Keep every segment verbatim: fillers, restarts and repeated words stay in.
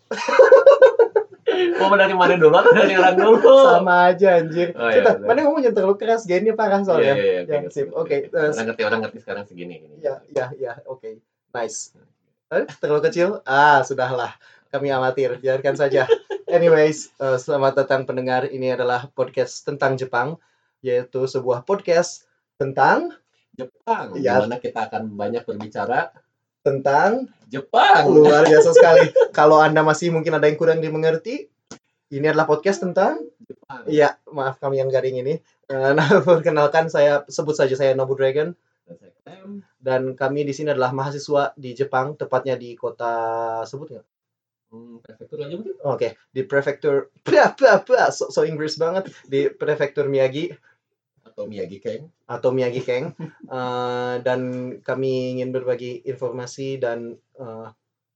Mau dari mana dulu atau dari orang dulu? Sama aja anjir. Oh, Kita, iya, mana ngomong jangan terlalu keras, gennya parah soalnya. Iya, iya, Ya, iya. sip. Oke. Okay. Orang ngerti, orang ngerti sekarang segini. Iya, iya, iya. Oke. Nice. Eh, terlalu kecil? Ah, sudahlah. Kami amatir, biarkan saja. Anyways, uh, selamat datang pendengar. Ini adalah podcast tentang Jepang, yaitu sebuah podcast tentang Jepang. Ya. Di mana kita akan banyak berbicara tentang Jepang. Luar biasa sekali. Kalau Anda masih mungkin ada yang kurang dimengerti, ini adalah podcast tentang Jepang. Iya, maaf kami yang garing ini. Uh, nah, perkenalkan saya, sebut saja saya Nobu Dragon. Dan kami di sini adalah mahasiswa di Jepang, tepatnya di kota sebut nggak? Hmm, prefektur aja mungkin. Oke, okay. Di prefektur, apa so, so Inggris banget, di prefektur Miyagi atau Miyagi Keng atau Miyagi Keng. uh, dan kami ingin berbagi informasi dan uh,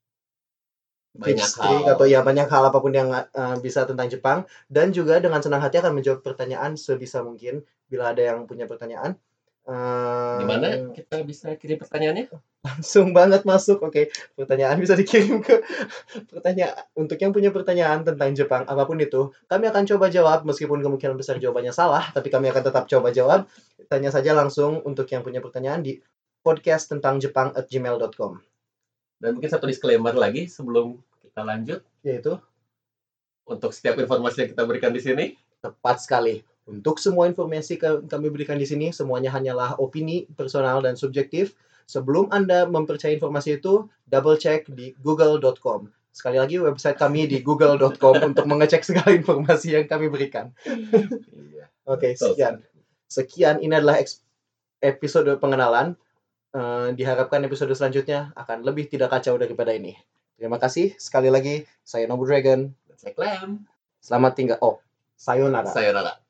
banyak trik hal atau ya banyak hal apapun yang uh, bisa tentang Jepang, dan juga dengan senang hati akan menjawab pertanyaan sebisa mungkin bila ada yang punya pertanyaan. Uh, Di mana kita bisa kirim pertanyaannya? Langsung banget masuk. Oke, okay. Pertanyaan bisa dikirim ke pertanyaan untuk yang punya pertanyaan tentang Jepang apapun itu. Kami akan coba jawab meskipun kemungkinan besar jawabannya salah, tapi kami akan tetap coba jawab. Tanya saja langsung untuk yang punya pertanyaan di podcast tentang Jepang at gmail dot com. Dan mungkin satu disclaimer lagi sebelum kita lanjut, yaitu untuk setiap informasi yang kita berikan di sini tepat sekali. Untuk semua informasi yang kami berikan di sini, semuanya hanyalah opini personal dan subjektif. Sebelum Anda mempercayai informasi itu, double check di google dot com. Sekali lagi, website kami di google dot com untuk mengecek segala informasi yang kami berikan. Oke, okay, sekian. Sekian, ini adalah episode pengenalan. Uh, diharapkan episode selanjutnya akan lebih tidak kacau daripada ini. Terima kasih. Sekali lagi, saya Nobu Dragon. Saya Clem. Selamat tinggal. Oh, sayonara. Sayonara.